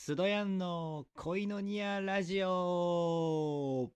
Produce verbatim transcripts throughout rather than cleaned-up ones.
スドヤンの恋のニアラジオ。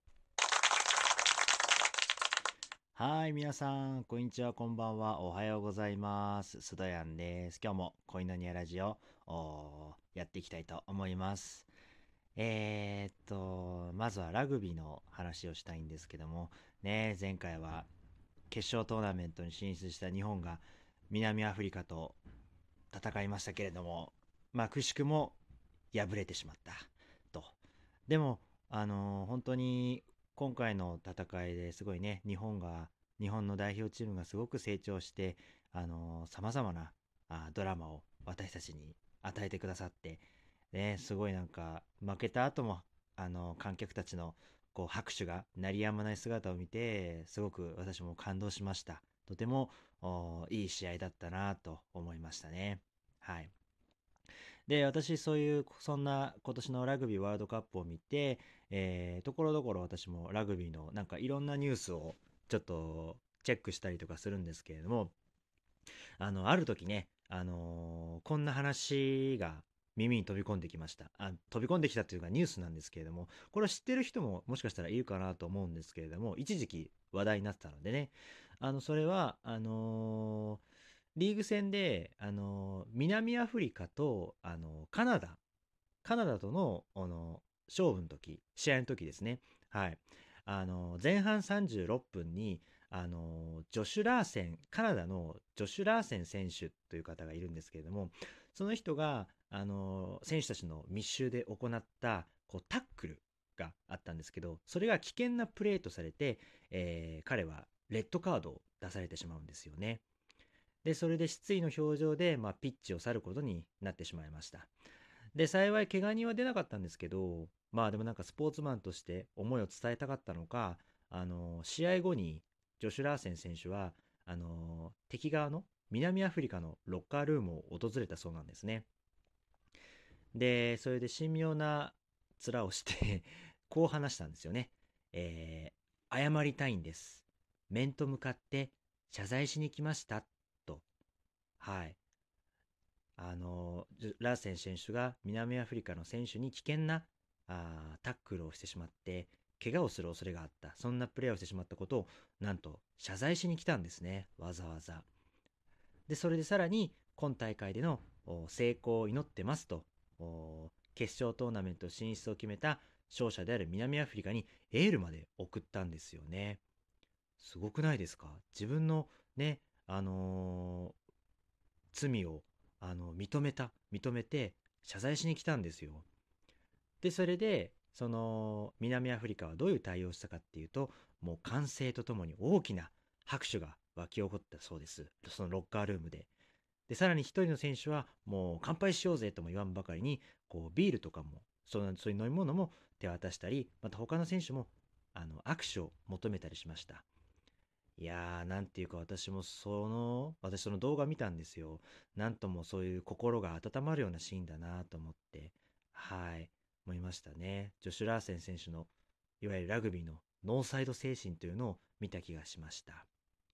はい、皆さん、こんにちは、こんばんは、おはようございます。スドヤンです。今日も恋のニアラジオをやっていきたいと思います。えーっと、まずはラグビーの話をしたいんですけども、ね、前回は決勝トーナメントに進出した日本が南アフリカと戦いましたけれども、まあ、くしくも敗れてしまったと。でも、あのー本当に今回の戦いですごいね、日本が、日本の代表チームがすごく成長して、あのー、様々なあドラマを私たちに与えてくださって、ね、すごいなんか、負けた後も、あのー観客たちのこう拍手が鳴りやまない姿を見て、すごく私も感動しました。とてもいい試合だったなと思いましたね。はい。で、私、そういう、そんな今年のラグビーワールドカップを見て、えーところどころ私もラグビーのなんかいろんなニュースをちょっとチェックしたりとかするんですけれども、あの、ある時ね、あのーこんな話が耳に飛び込んできました。あ、飛び込んできたというかニュースなんですけれども、これを知ってる人ももしかしたらいるかなと思うんですけれども、一時期話題になってたのでね、あの、それは、あのーリーグ戦で、あの、南アフリカと、あの、カナダ、カナダとの、あの、勝負の時、試合の時ですね。はい。あの、前半さんじゅうろっぷんに、あの、ジョシュ・ラーセン、カナダのジョシュ・ラーセン選手という方がいるんですけれども、その人が、あの、選手たちの密集で行った、こう、タックルがあったんですけど、それが危険なプレーとされて、えー彼はレッドカードを出されてしまうんですよね。で、それで失意の表情で、まあ、ピッチを去ることになってしまいました。で、幸い怪我人は出なかったんですけど、まあでもなんかスポーツマンとして思いを伝えたかったのか、あの、試合後にジョシュ・ラーセン選手は、あの、敵側の南アフリカのロッカールームを訪れたそうなんですね。で、それで神妙な面をしてこう話したんですよね。えー謝りたいんです。面と向かって謝罪しに来ました。と。はい。あの、ラーセン選手が南アフリカの選手に危険なあータックルをしてしまって、怪我をする恐れがあった。そんなプレーをしてしまったことを、なんと謝罪しに来たんですね。わざわざ。で、それでさらに、今大会での成功を祈ってますと、決勝トーナメント進出を決めた勝者である南アフリカにエールまで送ったんですよね。すごくないですか？自分のね、あのー罪をあの認めた認めて謝罪しに来たんですよ。でそれでその南アフリカはどういう対応をしたかっていうと、もう歓声とともに大きな拍手が沸き起こったそうです。そのロッカールームで。でさらに一人の選手はもう乾杯しようぜとも言わんばかりに、こうビールとかもそのそういう飲み物も手渡したり、また他の選手もあの握手を求めたりしました。いやー、なんていうか私もその、私その動画見たんですよ。なんともそういう心が温まるようなシーンだなと思って、はい、思いましたね。ジョシュ・ラーセン選手の、いわゆるラグビーのノーサイド精神というのを見た気がしました。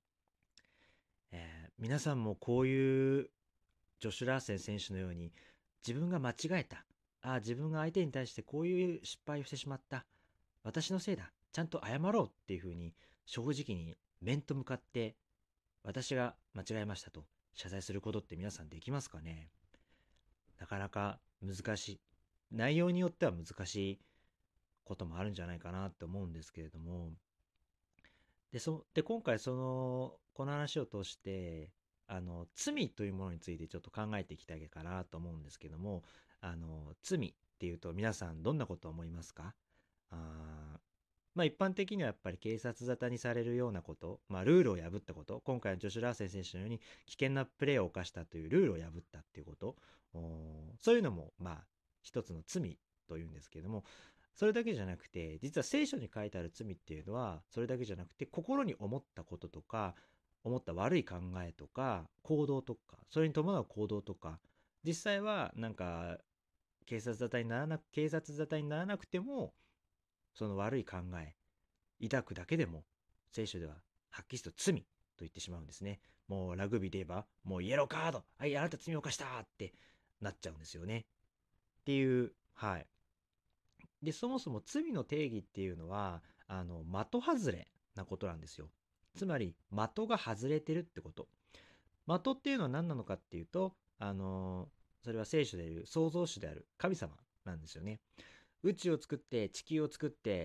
えー皆さんもこういうジョシュ・ラーセン選手のように、自分が間違えた。ああ、自分が相手に対してこういう失敗をしてしまった。私のせいだ。ちゃんと謝ろうっていうふうに、正直に面と向かって私が間違えましたと謝罪することって皆さんできますかね？なかなか難しい。内容によっては難しいこともあるんじゃないかなって思うんですけれども。で、そ、で、今回その、この話を通して、あの、罪というものについてちょっと考えていきたいかなと思うんですけども、あの、罪っていうと皆さんどんなことを思いますか？あーまあ一般的にはやっぱり警察沙汰にされるようなこと、まあルールを破ったこと、今回のジョシュ・ラーセン選手のように危険なプレーを犯したというルールを破ったっていうこと、そういうのもまあ一つの罪というんですけれども、それだけじゃなくて、実は聖書に書いてある罪っていうのは、それだけじゃなくて、心に思ったこととか、思った悪い考えとか、行動とか、それに伴う行動とか、実際はなんか警察沙汰にならなく、警察沙汰にならなくても、その悪い考え、抱くだけでも聖書でははっきりと罪と言ってしまうんですね。もうラグビーで言えばもうイエローカード、はい、あなた罪を犯したってなっちゃうんですよね。っていうはい。で、そもそも罪の定義っていうのは、あの、的外れなことなんですよ。つまり、的が外れてるってこと。的っていうのは何なのかっていうと、あのそれは聖書でいう創造主である神様なんですよね。宇宙を作って地球を作って、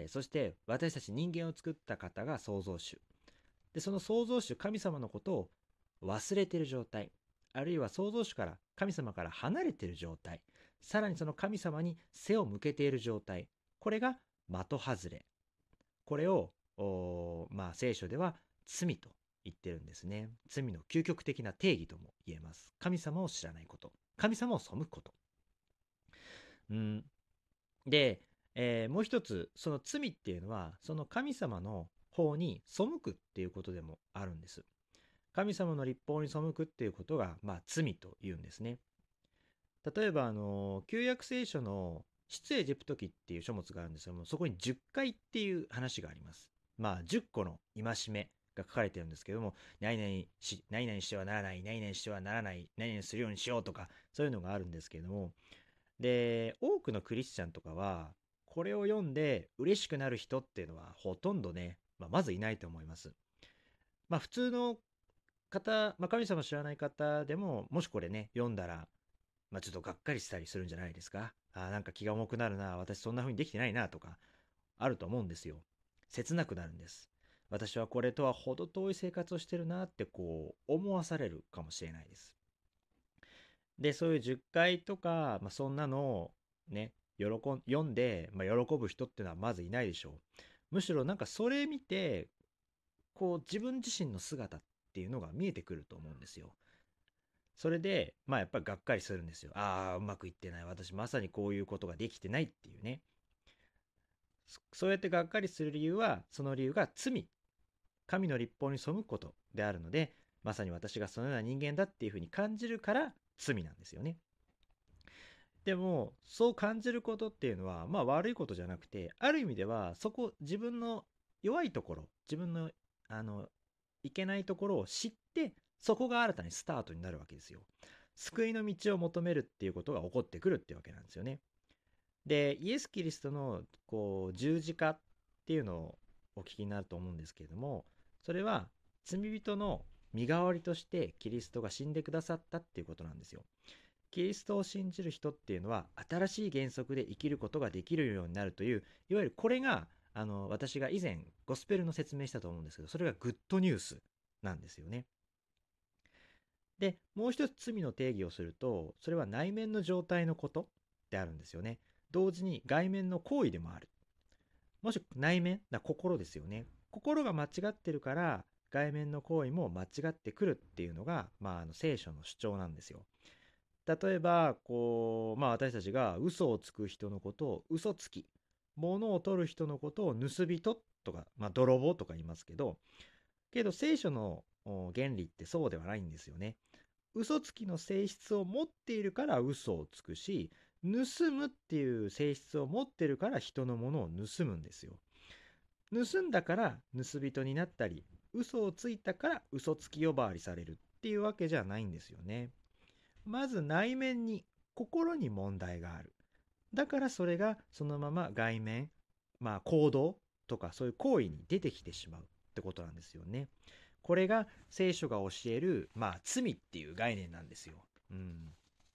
そして私たち人間を作った方が創造主。で、その創造主神様のことを忘れている状態、あるいは創造主から神様から離れている状態、さらにその神様に背を向けている状態、これが的外れ。これをまあ聖書では罪と言ってるんですね。罪の究極的な定義とも言えます。神様を知らないこと、神様を背くこと。うん、で、えーもう一つ、その罪っていうのはその神様の方に背くっていうことでもあるんです。神様の立法に背くっていうことが、まあ、罪というんですね。例えば、あの、旧約聖書の出エジプト記っていう書物があるんですけども、そこにじゅっかいっていう話があります。まあ、じゅっこの戒めが書かれてるんですけども、何々し、何々してはならない、何々してはならない、何々するようにしようとか、そういうのがあるんですけども、で、多くのクリスチャンとかは、これを読んで嬉しくなる人っていうのはほとんどね、まあ、まずいないと思います。まあ、普通の方、まあ、神様知らない方でも、もしこれね、読んだら、まあ、ちょっとがっかりしたりするんじゃないですか。あーなんか気が重くなるな、私そんな風にできてないなとか、あると思うんですよ。切なくなるんです。私はこれとは程遠い生活をしてるなってこう思わされるかもしれないです。で、そういうじゅっかいとか、まあ、そんなのをね、喜ん読んで、まあ、喜ぶ人っていうのはまずいないでしょう。むしろなんかそれ見て、こう自分自身の姿っていうのが見えてくると思うんですよ。それで、まあやっぱりがっかりするんですよ。ああ、うまくいってない。私まさにこういうことができてないっていうね。そそうやってがっかりする理由は、その理由が罪。神の立法に背くことであるので、まさに私がそのような人間だっていうふうに感じるから罪なんですよね。でも、そう感じることっていうのは、まあ悪いことじゃなくて、ある意味では、そこ、自分の弱いところ、自分の、あの、いけないところを知って、そこが新たにスタートになるわけですよ。救いの道を求めるっていうことが起こってくるっていうわけなんですよね。で、イエス・キリストの、こう、十字架っていうのをお聞きになると思うんですけれども、それは、罪人の身代わりとしてキリストが死んでくださったっていうことなんですよ。キリストを信じる人っていうのは新しい原則で生きることができるようになるという、いわゆるこれがあの私が以前ゴスペルの説明したと思うんですけど、それがグッドニュースなんですよね。で、もう一つ罪の定義をすると、それは内面の状態のことであるんですよね。同時に外面の行為でもある。もし内面、だ心ですよね。心が間違ってるから外面の行為も間違ってくるっていうのが、まあ、あの聖書の主張なんですよ。例えば、こう、まあ私たちが嘘をつく人のことを嘘つき、物を取る人のことを盗人とか、まあ泥棒とか言いますけど、けど聖書の原理ってそうではないんですよね。嘘つきの性質を持っているから嘘をつくし、盗むっていう性質を持っているから人のものを盗むんですよ。盗んだから盗人になったり、嘘をついたから嘘つき呼ばわりされるっていうわけじゃないんですよね。まず内面に、心に問題がある。だからそれがそのまま外面、まあ行動とかそういう行為に出てきてしまうってことなんですよね。これが聖書が教える、まあ罪っていう概念なんですよ。うん。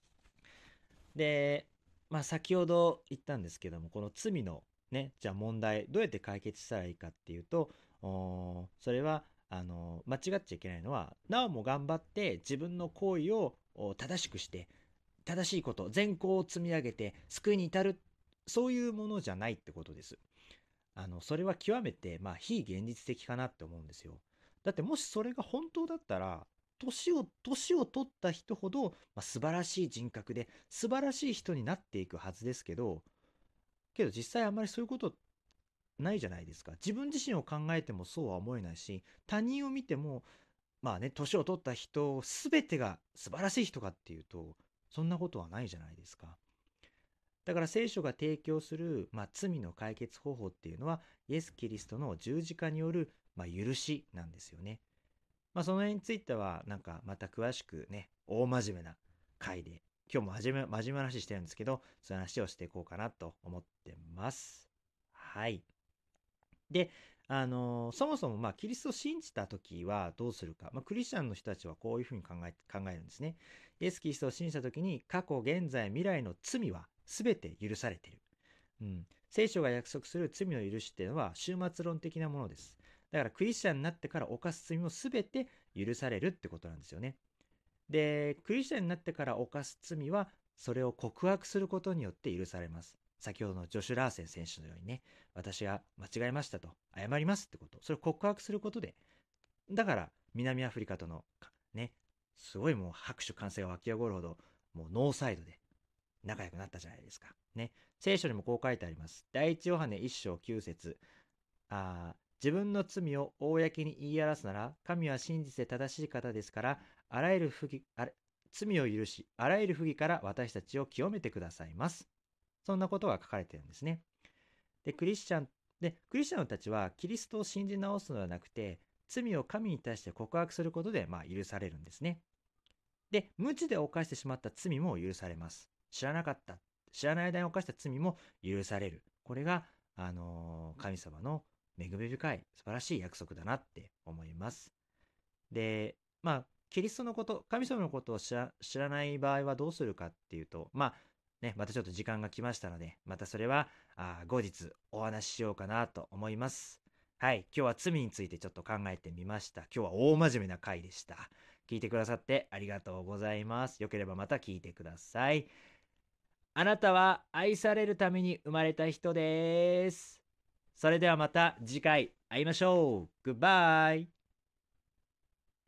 で、まあ先ほど言ったんですけども、この罪のね、じゃあ問題、どうやって解決したらいいかっていうと、おそれは、あの、間違っちゃいけないのは、なおも頑張って自分の行為をお正しくして、正しいこと、善行を積み上げて救いに至る、そういうものじゃないってことです。あの、それは極めて、まあ、非現実的かなって思うんですよ。だってもしそれが本当だったら、年を、年を取った人ほど、まあ、素晴らしい人格で、素晴らしい人になっていくはずですけど、けど実際あんまりそういうことないじゃないですか。自分自身を考えてもそうは思えないし、他人を見ても、まあね、年を取った人、すべてが素晴らしい人かっていうと、そんなことはないじゃないですか。だから聖書が提供する、まあ、罪の解決方法っていうのは、イエス・キリストの十字架による、まあ、許しなんですよね。まあ、その辺については、なんかまた詳しくね、大真面目な回で今日も真面目、真面目な話してるんですけど、そういう話をしていこうかなと思ってます。はい。で、あのーそもそも、まあ、キリストを信じたときはどうするか。まあ、クリスチャンの人たちはこういうふうに考え、考えるんですね。イエス・キリストを信じたときに、過去、現在、未来の罪は全て許されている。うん。聖書が約束する罪の許しっていうのは終末論的なものです。だからクリスチャンになってから犯す罪も全て許されるってことなんですよね。で、クリスチャンになってから犯す罪は、それを告白することによって許されます。先ほどのジョシュ・ラーセン選手のようにね、私が間違えましたと、謝りますってこと、それを告白することで、だから南アフリカとのね、すごいもう拍手歓声が湧き起こるほど、もうノーサイドで仲良くなったじゃないですか。ね。聖書にもこう書いてあります。第一ヨハネ一章九節。あ自分の罪を公に言い表すなら、神は真実で正しい方ですから、あらゆる不義、あれ罪を許し、あらゆる不義から私たちを清めてくださいます。そんなことが書かれているんですね。で、クリスチャン、で、クリスチャンたちはキリストを信じ直すのではなくて、罪を神に対して告白することで、まあ、許されるんですね。で、無知で犯してしまった罪も許されます。知らなかった、知らない間に犯した罪も許される。これが、あのー神様の恵み深い素晴らしい約束だなって思います。で、まあ、キリストのこと、神様のことを知ら知らない場合はどうするかっていうと、まあ、ね、またちょっと時間が来ましたので、またそれは、あ後日お話ししようかなと思います。はい、今日は罪についてちょっと考えてみました。今日は大真面目な回でした。聞いてくださってありがとうございます。よければまた聞いてください。あなたは愛されるために生まれた人です。それではまた次回会いましょう。グッバイ。